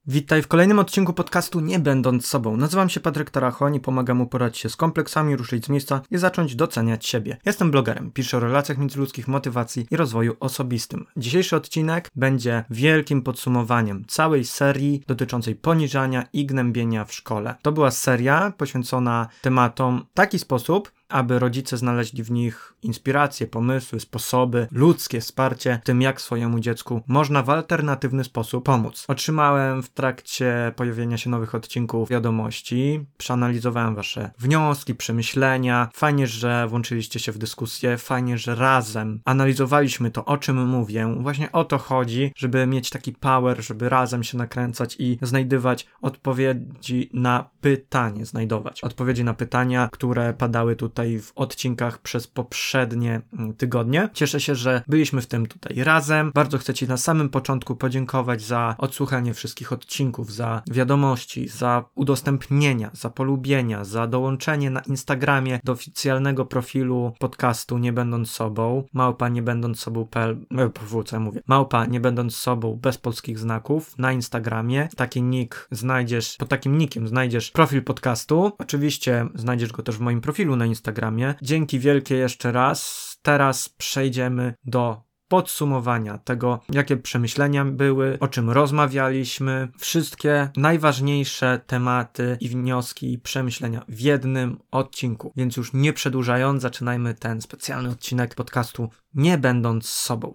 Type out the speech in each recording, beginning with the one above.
Witaj w kolejnym odcinku podcastu Nie będąc sobą. Nazywam się Patryk Tarachoń i pomagam uporać się z kompleksami, ruszyć z miejsca i zacząć doceniać siebie. Jestem blogerem, piszę o relacjach międzyludzkich, motywacji i rozwoju osobistym. Dzisiejszy odcinek będzie wielkim podsumowaniem całej serii dotyczącej poniżania i gnębienia w szkole. To była seria poświęcona tematom w taki sposób, aby rodzice znaleźli w nich inspiracje, pomysły, sposoby, ludzkie wsparcie w tym, jak swojemu dziecku można w alternatywny sposób pomóc. Otrzymałem w trakcie pojawienia się nowych odcinków wiadomości, przeanalizowałem wasze wnioski, przemyślenia. Fajnie, że włączyliście się w dyskusję, fajnie, że razem analizowaliśmy to, o czym mówię. Właśnie o to chodzi, żeby mieć taki power, żeby razem się nakręcać i znajdywać odpowiedzi na pytania, które padały tutaj w odcinkach przez poprzednie tygodnie. Cieszę się, że byliśmy w tym tutaj razem. Bardzo chcę Ci na samym początku podziękować za odsłuchanie wszystkich odcinków, za wiadomości, za udostępnienia, za polubienia, za dołączenie na Instagramie do oficjalnego profilu podcastu Nie będąc sobą, @niebędącsobą.pl, małpa nie będąc sobą bez polskich znaków na Instagramie. Taki nick znajdziesz, pod takim nickiem znajdziesz profil podcastu. Oczywiście znajdziesz go też w moim profilu na Instagramie. Dzięki wielkie jeszcze raz. Teraz przejdziemy do podsumowania tego, jakie przemyślenia były, o czym rozmawialiśmy, wszystkie najważniejsze tematy i wnioski i przemyślenia w jednym odcinku. Więc już nie przedłużając, zaczynajmy ten specjalny odcinek podcastu Nie będąc sobą.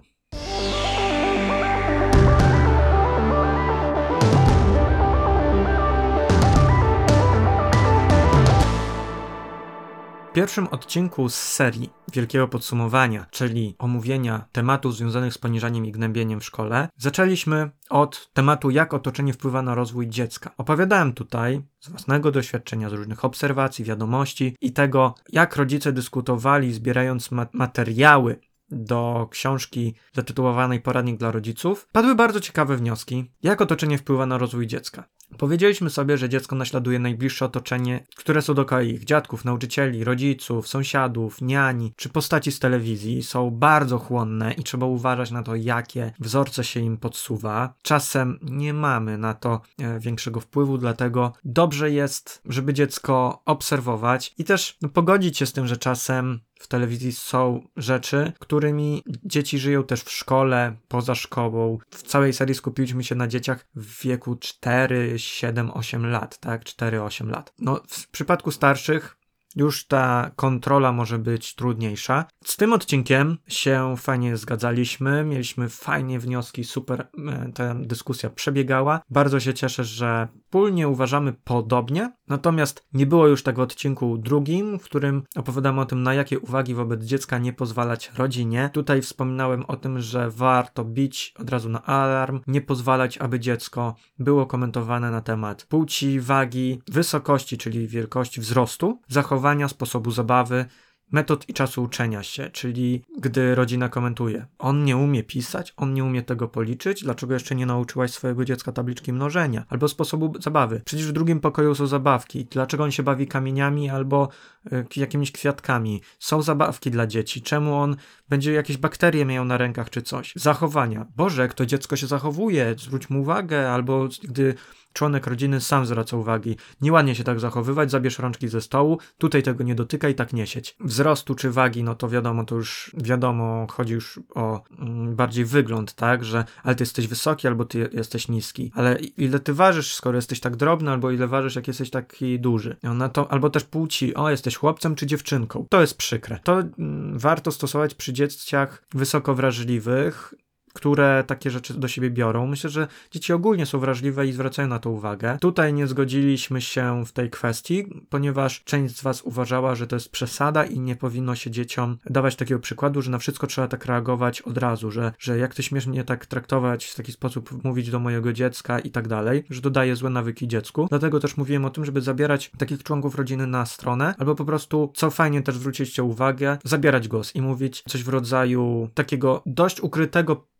W pierwszym odcinku z serii Wielkiego Podsumowania, czyli omówienia tematów związanych z poniżaniem i gnębieniem w szkole, zaczęliśmy od tematu, jak otoczenie wpływa na rozwój dziecka. Opowiadałem tutaj z własnego doświadczenia, z różnych obserwacji, wiadomości i tego, jak rodzice dyskutowali, zbierając materiały do książki zatytułowanej Poradnik dla rodziców. Padły bardzo ciekawe wnioski, jak otoczenie wpływa na rozwój dziecka. Powiedzieliśmy sobie, że dziecko naśladuje najbliższe otoczenie, które są dookoła ich dziadków, nauczycieli, rodziców, sąsiadów, niani czy postaci z telewizji. Są bardzo chłonne i trzeba uważać na to, jakie wzorce się im podsuwa. Czasem nie mamy na to większego wpływu, dlatego dobrze jest, żeby dziecko obserwować i też pogodzić się z tym, że czasem w telewizji są rzeczy, którymi dzieci żyją też w szkole, poza szkołą. W całej serii skupiliśmy się na dzieciach w wieku 4, 7, 8 lat, tak? 4-8 lat. No, w przypadku starszych już ta kontrola może być trudniejsza. Z tym odcinkiem się fajnie zgadzaliśmy, mieliśmy fajnie wnioski, super ta dyskusja przebiegała. Bardzo się cieszę, że wspólnie uważamy podobnie, natomiast nie było już tego odcinku drugim, w którym opowiadamy o tym, na jakie uwagi wobec dziecka nie pozwalać rodzinie. Tutaj wspominałem o tym, że warto bić od razu na alarm, nie pozwalać, aby dziecko było komentowane na temat płci, wagi, wysokości, czyli wielkości, wzrostu, zachowania, sposobu zabawy, metod i czasu uczenia się, czyli gdy rodzina komentuje, on nie umie pisać, on nie umie tego policzyć, dlaczego jeszcze nie nauczyłaś swojego dziecka tabliczki mnożenia, albo sposobu zabawy, przecież w drugim pokoju są zabawki, dlaczego on się bawi kamieniami albo jakimiś kwiatkami, są zabawki dla dzieci, czemu on będzie jakieś bakterie miał na rękach czy coś, zachowania, Boże, jak to dziecko się zachowuje, zwróć mu uwagę, albo gdy członek rodziny sam zwraca uwagi. Nieładnie się tak zachowywać, zabierz rączki ze stołu, tutaj tego nie dotykaj, tak nie siedź. Wzrostu czy wagi, no to już wiadomo, chodzi już o bardziej wygląd, tak, że ale ty jesteś wysoki, albo ty jesteś niski. Ale ile ty ważysz, skoro jesteś tak drobny, albo ile ważysz, jak jesteś taki duży. No to, albo też płci, jesteś chłopcem czy dziewczynką. To jest przykre. To warto stosować przy dzieciach wysoko wrażliwych, które takie rzeczy do siebie biorą. Myślę, że dzieci ogólnie są wrażliwe i zwracają na to uwagę. Tutaj nie zgodziliśmy się w tej kwestii, ponieważ część z was uważała, że to jest przesada i nie powinno się dzieciom dawać takiego przykładu, że na wszystko trzeba tak reagować od razu, że jak ty śmiesz mnie tak traktować, w taki sposób mówić do mojego dziecka i tak dalej, że to daje złe nawyki dziecku. Dlatego też mówiłem o tym, żeby zabierać takich członków rodziny na stronę, albo po prostu, co fajnie też zwróciliście uwagę, zabierać głos i mówić coś w rodzaju takiego dość ukrytego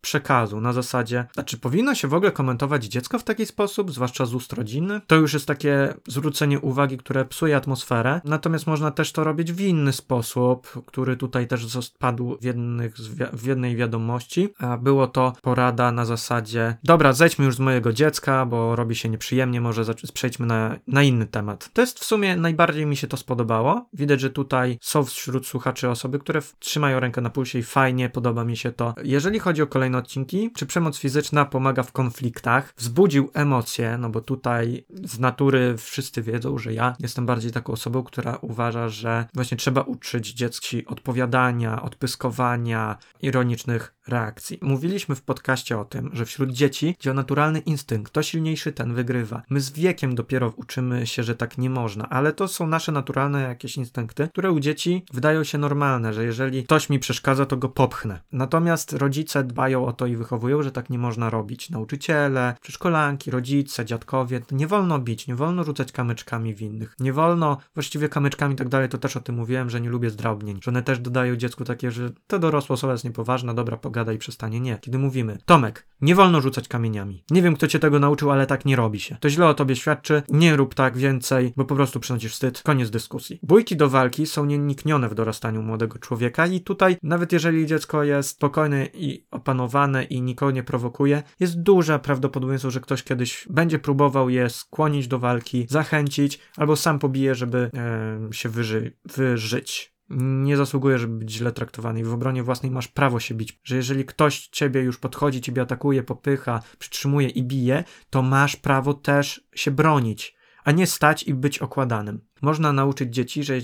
przekazu na zasadzie, czy powinno się w ogóle komentować dziecko w taki sposób, zwłaszcza z ust rodziny? To już jest takie zwrócenie uwagi, które psuje atmosferę, natomiast można też to robić w inny sposób, który tutaj też padł w jednej wiadomości, a było to porada na zasadzie, dobra, zejdźmy już z mojego dziecka, bo robi się nieprzyjemnie, może przejdźmy na inny temat. To jest w sumie najbardziej mi się to spodobało. Widać, że tutaj są wśród słuchaczy osoby, które trzymają rękę na pulsie i fajnie, podoba mi się to. Jeżeli chodzi o kolejne odcinki, czy przemoc fizyczna pomaga w konfliktach? Wzbudził emocje, no bo tutaj z natury wszyscy wiedzą, że ja jestem bardziej taką osobą, która uważa, że właśnie trzeba uczyć dzieci odpowiadania, odpyskowania, ironicznych reakcji. Mówiliśmy w podcaście o tym, że wśród dzieci działa naturalny instynkt, kto silniejszy, ten wygrywa. My z wiekiem dopiero uczymy się, że tak nie można, ale to są nasze naturalne jakieś instynkty, które u dzieci wydają się normalne, że jeżeli ktoś mi przeszkadza, to go popchnę. Natomiast rodzice dbają o to i wychowują, że tak nie można robić. Nauczyciele, przedszkolanki, rodzice, dziadkowie, nie wolno bić, nie wolno rzucać kamyczkami w innych, nie wolno, właściwie kamyczkami i tak dalej, to też o tym mówiłem, że nie lubię zdrobnień, że one też dodają dziecku takie, że to dorosła osoba jest niepoważna, dobra, pogadaj i przestanie. Nie. Kiedy mówimy, Tomek, nie wolno rzucać kamieniami. Nie wiem, kto cię tego nauczył, ale tak nie robi się. To źle o tobie świadczy, nie rób tak więcej, bo po prostu przynosisz wstyd. Koniec dyskusji. Bójki do walki są nieuniknione w dorastaniu młodego człowieka i tutaj, nawet jeżeli dziecko jest spokojne i opanowane i nikogo nie prowokuje, jest duże prawdopodobieństwo, że ktoś kiedyś będzie próbował je skłonić do walki, zachęcić, albo sam pobije, żeby się wyżyć. Nie zasługuje, żeby być źle traktowany i w obronie własnej masz prawo się bić, że jeżeli ktoś ciebie już podchodzi, ciebie atakuje, popycha, przytrzymuje i bije, to masz prawo też się bronić, a nie stać i być okładanym. Można nauczyć dzieci, że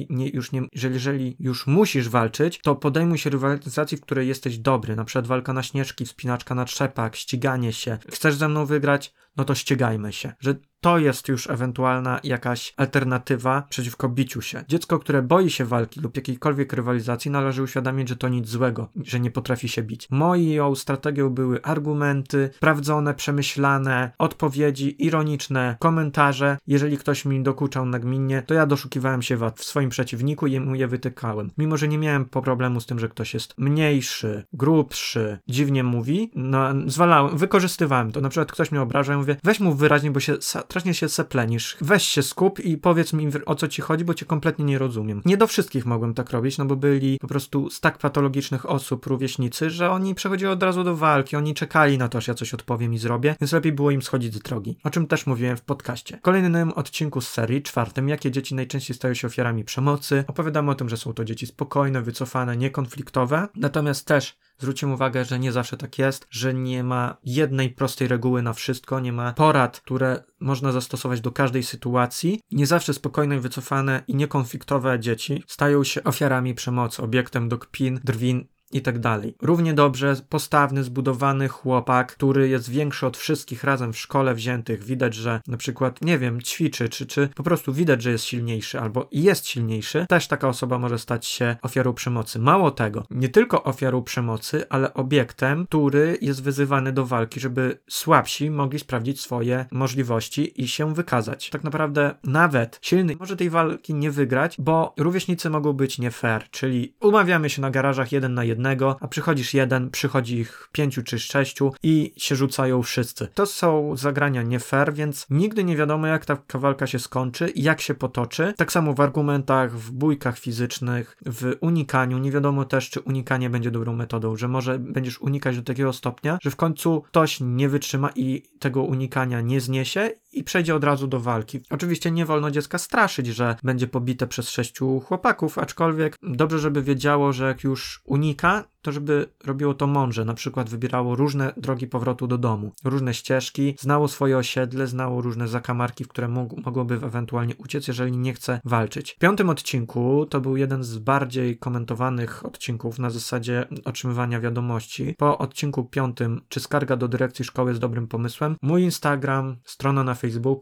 jeżeli już musisz walczyć, to podejmuj się rywalizacji, w której jesteś dobry, na przykład walka na śnieżki, wspinaczka na trzepak, ściganie się. Chcesz ze mną wygrać? No to ścigajmy się. Że to jest już ewentualna jakaś alternatywa przeciwko biciu się. Dziecko, które boi się walki lub jakiejkolwiek rywalizacji, należy uświadomić, że to nic złego, że nie potrafi się bić. Moją strategią były argumenty, sprawdzone, przemyślane, odpowiedzi, ironiczne komentarze. Jeżeli ktoś mi dokuczał nagminnie, to ja doszukiwałem się wad w swoim przeciwniku i mu je wytykałem. Mimo że nie miałem problemu z tym, że ktoś jest mniejszy, grubszy, dziwnie mówi, no wykorzystywałem to. Na przykład ktoś mnie obraża, ja mówię, weź mu wyraźnie, bo strasznie się seplenisz. Weź się skup i powiedz mi, o co ci chodzi, bo cię kompletnie nie rozumiem. Nie do wszystkich mogłem tak robić, no bo byli po prostu z tak patologicznych osób rówieśnicy, że oni przechodzili od razu do walki, oni czekali na to, aż ja coś odpowiem i zrobię, więc lepiej było im schodzić z drogi. O czym też mówiłem w podcaście. W kolejnym odcinku z serii, 4, jakie dzieci najczęściej stają się ofiarami przemocy. Opowiadamy o tym, że są to dzieci spokojne, wycofane, niekonfliktowe, natomiast też zwróćmy uwagę, że nie zawsze tak jest, że nie ma jednej prostej reguły na wszystko, nie ma porad, które można zastosować do każdej sytuacji. Nie zawsze spokojne, wycofane i niekonfliktowe dzieci stają się ofiarami przemocy, obiektem do kpin, drwin i tak dalej. Równie dobrze postawny, zbudowany chłopak, który jest większy od wszystkich razem w szkole wziętych, widać, że na przykład, nie wiem, ćwiczy, czy po prostu widać, że jest silniejszy, albo jest silniejszy, też taka osoba może stać się ofiarą przemocy. Mało tego, nie tylko ofiarą przemocy, ale obiektem, który jest wyzywany do walki, żeby słabsi mogli sprawdzić swoje możliwości i się wykazać. Tak naprawdę nawet silny może tej walki nie wygrać, bo rówieśnicy mogą być nie fair, czyli umawiamy się na garażach 1 na 1, a przychodzisz jeden, przychodzi ich 5 czy 6 i się rzucają wszyscy. To są zagrania nie fair, więc nigdy nie wiadomo, jak ta walka się skończy i jak się potoczy. Tak samo w argumentach, w bójkach fizycznych, w unikaniu. Nie wiadomo też, czy unikanie będzie dobrą metodą, że może będziesz unikać do takiego stopnia, że w końcu ktoś nie wytrzyma i tego unikania nie zniesie i przejdzie od razu do walki. Oczywiście nie wolno dziecka straszyć, że będzie pobite przez 6 chłopaków, aczkolwiek dobrze, żeby wiedziało, że jak już unika, to żeby robiło to mądrze, na przykład wybierało różne drogi powrotu do domu, różne ścieżki, znało swoje osiedle, znało różne zakamarki, w które mogłoby ewentualnie uciec, jeżeli nie chce walczyć. W 5. odcinku to był jeden z bardziej komentowanych odcinków na zasadzie otrzymywania wiadomości. Po odcinku 5, czy skarga do dyrekcji szkoły jest dobrym pomysłem, mój Instagram, strona na Facebooku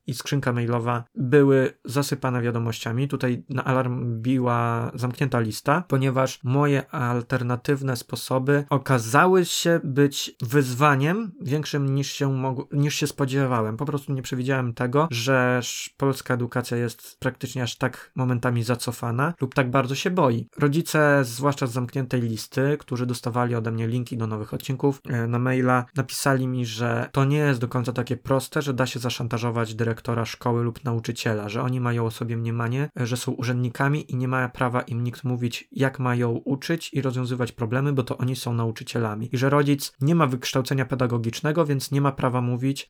i skrzynka mailowa były zasypane wiadomościami. Tutaj na alarm biła zamknięta lista, ponieważ moje alternatywne sposoby okazały się być wyzwaniem większym niż się spodziewałem. Po prostu nie przewidziałem tego, że polska edukacja jest praktycznie aż tak momentami zacofana lub tak bardzo się boi. Rodzice, zwłaszcza z zamkniętej listy, którzy dostawali ode mnie linki do nowych odcinków na maila, napisali mi, że to nie jest do końca takie proste, że da się zaszantażować dyrektora szkoły lub nauczyciela, że oni mają o sobie mniemanie, że są urzędnikami i nie ma prawa im nikt mówić, jak mają uczyć i rozwiązywać problemy, bo to oni są nauczycielami. I że rodzic nie ma wykształcenia pedagogicznego, więc nie ma prawa mówić,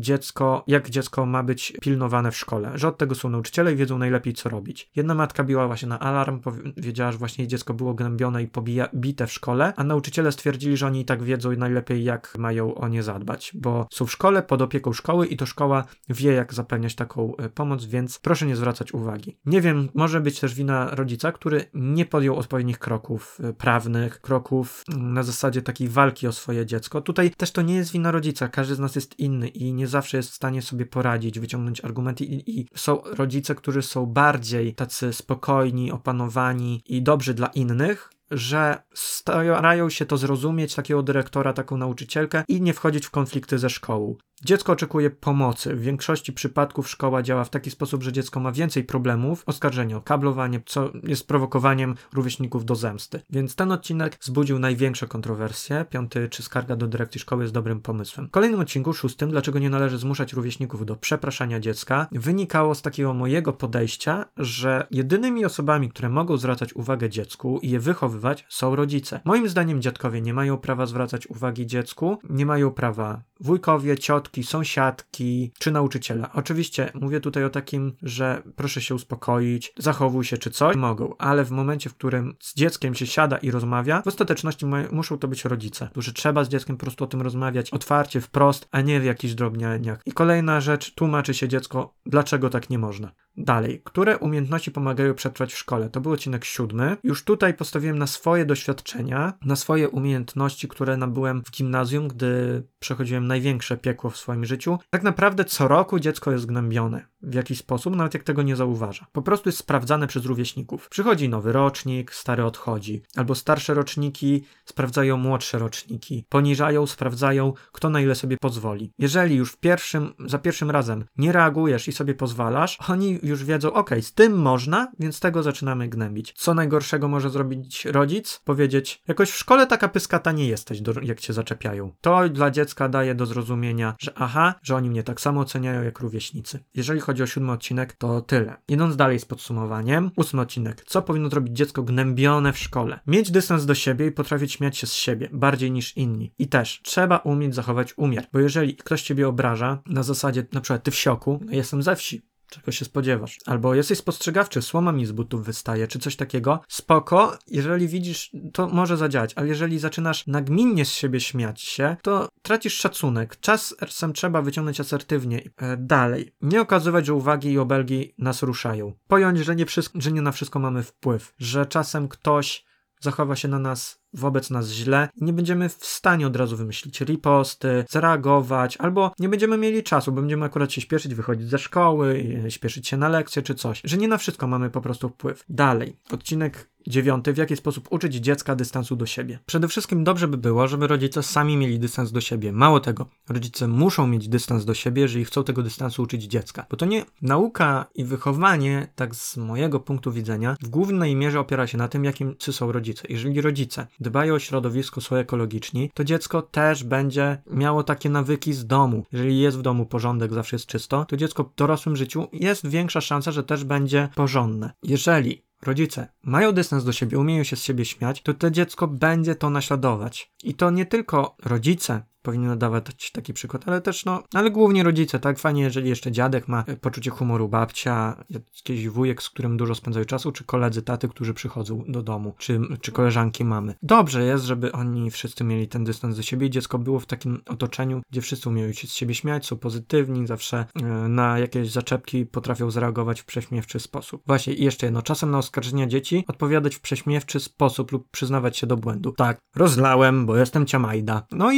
jak dziecko ma być pilnowane w szkole, że od tego są nauczyciele i wiedzą najlepiej, co robić. Jedna matka biła właśnie na alarm, powiedziała, że właśnie jej dziecko było gnębione i bite w szkole, a nauczyciele stwierdzili, że oni i tak wiedzą najlepiej, jak mają o nie zadbać, bo są w szkole, pod opieką szkoły i to szkoła wie, jak zapewniać taką pomoc, więc proszę nie zwracać uwagi. Nie wiem, może być też wina rodzica, który nie podjął odpowiednich kroków prawnych, kroków na zasadzie takiej walki o swoje dziecko. Tutaj też to nie jest wina rodzica, każdy z nas jest inny i nie zawsze jest w stanie sobie poradzić, wyciągnąć argumenty i są rodzice, którzy są bardziej tacy spokojni, opanowani i dobrzy dla innych, że starają się to zrozumieć, takiego dyrektora, taką nauczycielkę i nie wchodzić w konflikty ze szkołą. Dziecko oczekuje pomocy. W większości przypadków szkoła działa w taki sposób, że dziecko ma więcej problemów, oskarżenie o kablowanie, co jest prowokowaniem rówieśników do zemsty. Więc ten odcinek wzbudził największe kontrowersje. 5. czy skarga do dyrekcji szkoły jest dobrym pomysłem. W kolejnym odcinku, 6. dlaczego nie należy zmuszać rówieśników do przepraszania dziecka, wynikało z takiego mojego podejścia, że jedynymi osobami, które mogą zwracać uwagę dziecku i je wychowywać, są rodzice. Moim zdaniem dziadkowie nie mają prawa zwracać uwagi dziecku, nie mają prawa wujkowie, ciotki, sąsiadki czy nauczyciele. Oczywiście mówię tutaj o takim, że proszę się uspokoić, zachowuj się czy coś, mogą, ale w momencie, w którym z dzieckiem się siada i rozmawia, w ostateczności muszą to być rodzice, którzy trzeba z dzieckiem po prostu o tym rozmawiać otwarcie, wprost, a nie w jakichś drobnieniach. I kolejna rzecz, tłumaczy się dziecko, dlaczego tak nie można. Dalej, które umiejętności pomagają przetrwać w szkole? To był odcinek 7. Już tutaj postawiłem na swoje doświadczenia, na swoje umiejętności, które nabyłem w gimnazjum, gdy przechodziłem największe piekło w swoim życiu. Tak naprawdę co roku dziecko jest gnębione w jakiś sposób, nawet jak tego nie zauważa. Po prostu jest sprawdzane przez rówieśników. Przychodzi nowy rocznik, stary odchodzi. Albo starsze roczniki sprawdzają młodsze roczniki. Poniżają, sprawdzają, kto na ile sobie pozwoli. Jeżeli już za pierwszym razem nie reagujesz i sobie pozwalasz, oni już wiedzą, okej, z tym można, więc tego zaczynamy gnębić. Co najgorszego może zrobić rodzic? Powiedzieć, jakoś w szkole taka pyskata nie jesteś, jak cię zaczepiają. To dla dziecka daje do zrozumienia, że oni mnie tak samo oceniają jak rówieśnicy. Jeżeli chodzi o 7. odcinek, to tyle. Idąc dalej z podsumowaniem, 8. odcinek. Co powinno zrobić dziecko gnębione w szkole? Mieć dystans do siebie i potrafić śmiać się z siebie, bardziej niż inni. I też trzeba umieć zachować umiar, bo jeżeli ktoś ciebie obraża na zasadzie, na przykład ty wsioku, no jestem ze wsi, czego się spodziewasz? Albo jesteś spostrzegawczy, słoma mi z butów wystaje, czy coś takiego. Spoko, jeżeli widzisz, to może zadziałać, ale jeżeli zaczynasz nagminnie z siebie śmiać się, to tracisz szacunek. Czasem trzeba wyciągnąć asertywnie. Dalej. Nie okazywać, że uwagi i obelgi nas ruszają. Pojąć, że nie na wszystko mamy wpływ. Że czasem ktoś zachowa się wobec nas źle i nie będziemy w stanie od razu wymyślić riposty, zareagować, albo nie będziemy mieli czasu, bo będziemy akurat się śpieszyć, wychodzić ze szkoły, śpieszyć się na lekcję czy coś, że nie na wszystko mamy po prostu wpływ. Dalej, odcinek 9. W jaki sposób uczyć dziecka dystansu do siebie? Przede wszystkim dobrze by było, żeby rodzice sami mieli dystans do siebie. Mało tego, rodzice muszą mieć dystans do siebie, jeżeli chcą tego dystansu uczyć dziecka. Bo to nie nauka i wychowanie, tak z mojego punktu widzenia, w głównej mierze opiera się na tym, jakim są rodzice. Jeżeli rodzice dbają o środowisko, są ekologiczni, to dziecko też będzie miało takie nawyki z domu. Jeżeli jest w domu porządek, zawsze jest czysto, to dziecko w dorosłym życiu jest większa szansa, że też będzie porządne. Jeżeli rodzice mają dystans do siebie, umieją się z siebie śmiać, to dziecko będzie to naśladować. I to nie tylko rodzice powinien dawać taki przykład, ale też ale głównie rodzice, tak? Fajnie, jeżeli jeszcze dziadek ma poczucie humoru, babcia, jakiś wujek, z którym dużo spędzają czasu, czy koledzy taty, którzy przychodzą do domu, czy koleżanki mamy. Dobrze jest, żeby oni wszyscy mieli ten dystans do siebie i dziecko było w takim otoczeniu, gdzie wszyscy umieją się z siebie śmiać, są pozytywni, zawsze na jakieś zaczepki potrafią zareagować w prześmiewczy sposób. Właśnie, i jeszcze jedno, czasem na oskarżenia dzieci odpowiadać w prześmiewczy sposób lub przyznawać się do błędu. Tak, rozlałem, bo jestem ciamajda. No i się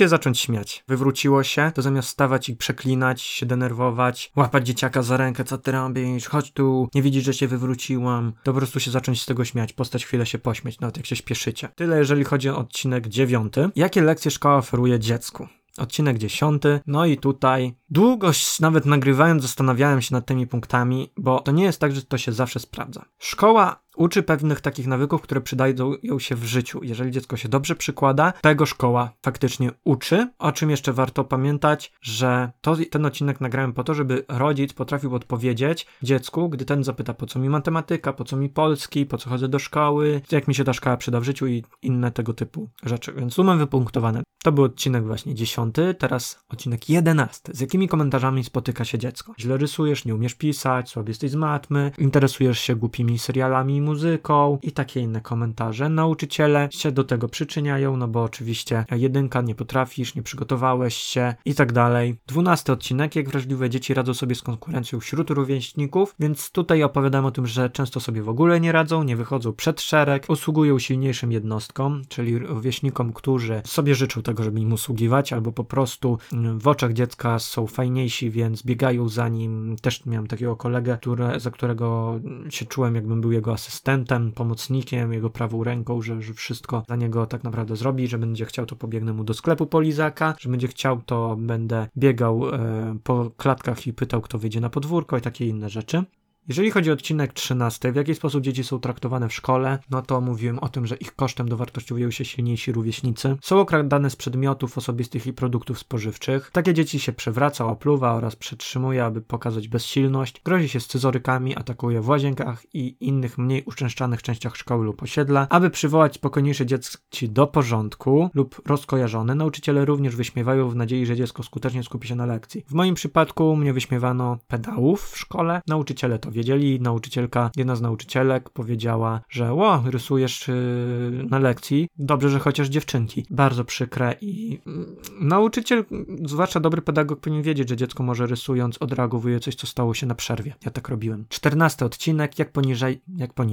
zacząć śmiać. Wywróciło się, to zamiast stawać i przeklinać, się denerwować, łapać dzieciaka za rękę, co ty robisz, chodź tu, nie widzisz, że się wywróciłam, to po prostu się zacząć z tego śmiać, postać chwilę się pośmiać, nawet jak się śpieszycie. Tyle, jeżeli chodzi o odcinek 9. Jakie lekcje szkoła oferuje dziecku? Odcinek 10. No i tutaj długo nawet nagrywając zastanawiałem się nad tymi punktami, bo to nie jest tak, że to się zawsze sprawdza. Szkoła uczy pewnych takich nawyków, które przydają się w życiu. Jeżeli dziecko się dobrze przykłada, tego szkoła faktycznie uczy. O czym jeszcze warto pamiętać, że ten odcinek nagrałem po to, żeby rodzic potrafił odpowiedzieć dziecku, gdy ten zapyta, po co mi matematyka, po co mi polski, po co chodzę do szkoły, jak mi się ta szkoła przyda w życiu i inne tego typu rzeczy. Więc tu mam wypunktowane. To był odcinek właśnie 10, teraz odcinek 11. Z jakimi komentarzami spotyka się dziecko? Źle rysujesz, nie umiesz pisać, słaby jesteś z matmy, interesujesz się głupimi serialami i muzyką i takie inne komentarze. Nauczyciele się do tego przyczyniają, no bo oczywiście 1 nie potrafisz, nie przygotowałeś się i tak dalej. 12 odcinek, jak wrażliwe dzieci radzą sobie z konkurencją wśród rówieśników, więc tutaj opowiadam o tym, że często sobie w ogóle nie radzą, nie wychodzą przed szereg, usługują silniejszym jednostkom, czyli rówieśnikom, którzy sobie życzą tego, żeby im usługiwać, albo po prostu w oczach dziecka są fajniejsi, więc biegają za nim. Też miałem takiego kolegę, za którego się czułem, jakbym był jego asystentem, pomocnikiem, jego prawą ręką, że wszystko za niego tak naprawdę zrobi, że będzie chciał, to pobiegnę mu do sklepu po lizaka, że będzie chciał, to będę biegał po klatkach i pytał, kto wyjdzie na podwórko i takie inne rzeczy. Jeżeli chodzi o odcinek 13, w jaki sposób dzieci są traktowane w szkole, no to mówiłem o tym, że ich kosztem dowartościowują się silniejsi rówieśnicy. Są okradane z przedmiotów osobistych i produktów spożywczych. Takie dzieci się przewraca, opluwa oraz przetrzymuje, aby pokazać bezsilność. Grozi się scyzorykami, atakuje w łazienkach i innych mniej uczęszczanych częściach szkoły lub osiedla. Aby przywołać spokojniejsze dzieci do porządku lub rozkojarzone, nauczyciele również wyśmiewają w nadziei, że dziecko skutecznie skupi się na lekcji. W moim przypadku mnie wyśmiewano pedałów w szkole. Nauczyciele to wiedzieli, jedna z nauczycielek powiedziała, że rysujesz na lekcji, dobrze, że chociaż dziewczynki. Bardzo przykre i nauczyciel, zwłaszcza dobry pedagog, powinien wiedzieć, że dziecko może rysując odreagowuje coś, co stało się na przerwie. Ja tak robiłem. 14 odcinek, jak poniżej.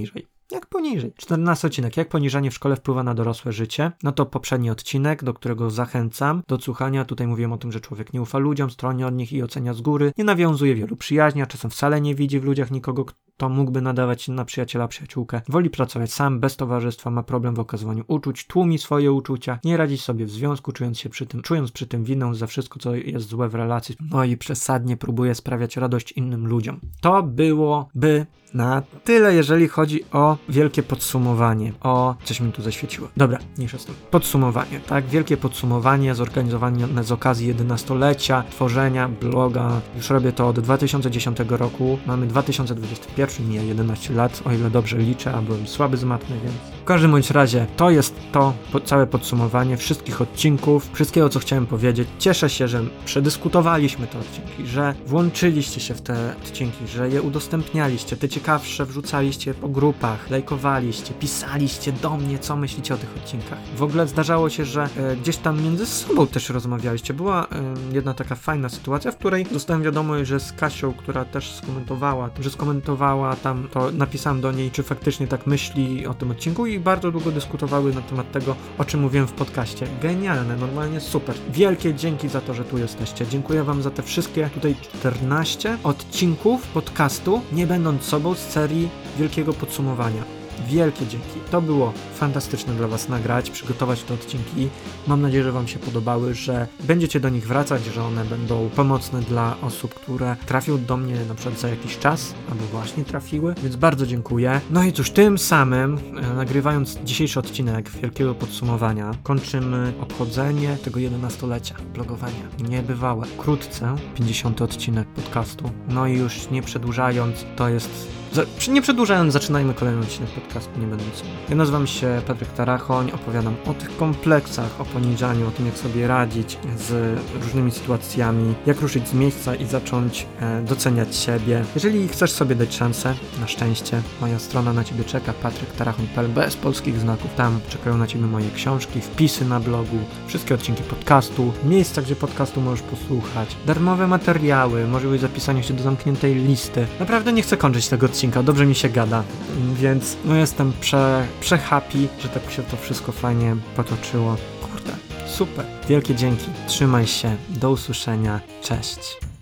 14 odcinek, jak poniżanie w szkole wpływa na dorosłe życie. No to poprzedni odcinek, do którego zachęcam do słuchania. Tutaj mówiłem o tym, że człowiek nie ufa ludziom, stroni od nich i ocenia z góry. Nie nawiązuje wielu przyjaźni, a czasem wcale nie widzi w ludziach nikogo, kto mógłby nadawać się na przyjaciela, przyjaciółkę. Woli pracować sam, bez towarzystwa, ma problem w okazywaniu uczuć, tłumi swoje uczucia, nie radzi sobie w związku, czując przy tym winę za wszystko, co jest złe w relacji. No i przesadnie próbuje sprawiać radość innym ludziom. To byłoby na tyle, jeżeli chodzi o wielkie podsumowanie. Coś mi tu zaświeciło. Dobra, mniejsza z tym. Podsumowanie, tak? Wielkie podsumowanie zorganizowane z okazji 11-lecia tworzenia bloga. Już robię to od 2010 roku. Mamy 2021, mija 11 lat, o ile dobrze liczę, a byłem słaby z matmy, więc... W każdym bądź razie, to jest całe podsumowanie wszystkich odcinków, wszystkiego, co chciałem powiedzieć. Cieszę się, że przedyskutowaliśmy te odcinki, że włączyliście się w te odcinki, że je udostępnialiście, te ciekawsze wrzucaliście po grupach, lajkowaliście, pisaliście do mnie, co myślicie o tych odcinkach. W ogóle zdarzało się, że gdzieś tam między sobą też rozmawialiście. Była jedna taka fajna sytuacja, w której dostałem wiadomość, że z Kasią, która też skomentowała tam, to napisałem do niej, czy faktycznie tak myśli o tym odcinku i bardzo długo dyskutowały na temat tego, o czym mówiłem w podcaście. Genialne, normalnie super. Wielkie dzięki za to, że tu jesteście. Dziękuję wam za te wszystkie tutaj 14 odcinków podcastu, nie będąc sobą, z serii wielkiego podsumowania. Wielkie dzięki. To było fantastyczne dla was nagrać, przygotować te odcinki. Mam nadzieję, że wam się podobały, że będziecie do nich wracać, że one będą pomocne dla osób, które trafią do mnie na przykład za jakiś czas, albo właśnie trafiły, więc bardzo dziękuję. No i cóż, tym samym, nagrywając dzisiejszy odcinek wielkiego podsumowania, kończymy obchodzenie tego 11-lecia blogowania. Niebywałe. Wkrótce 50. odcinek podcastu. No i już nie przedłużając, zaczynajmy kolejny odcinek podcastu, nie będąc. Ja nazywam się Patryk Tarachoń, opowiadam o tych kompleksach, o poniżaniu, o tym, jak sobie radzić z różnymi sytuacjami, jak ruszyć z miejsca i zacząć doceniać siebie. Jeżeli chcesz sobie dać szansę, na szczęście, moja strona na ciebie czeka, patryktarachoń.pl, bez polskich znaków. Tam czekają na ciebie moje książki, wpisy na blogu, wszystkie odcinki podcastu, miejsca, gdzie podcastu możesz posłuchać, darmowe materiały, możliwość zapisania się do zamkniętej listy. Naprawdę nie chcę kończyć tego odcinka, dobrze mi się gada, więc jestem przehappy, że tak się to wszystko fajnie potoczyło. Kurde, Super. Wielkie dzięki. Trzymaj się. Do usłyszenia. Cześć.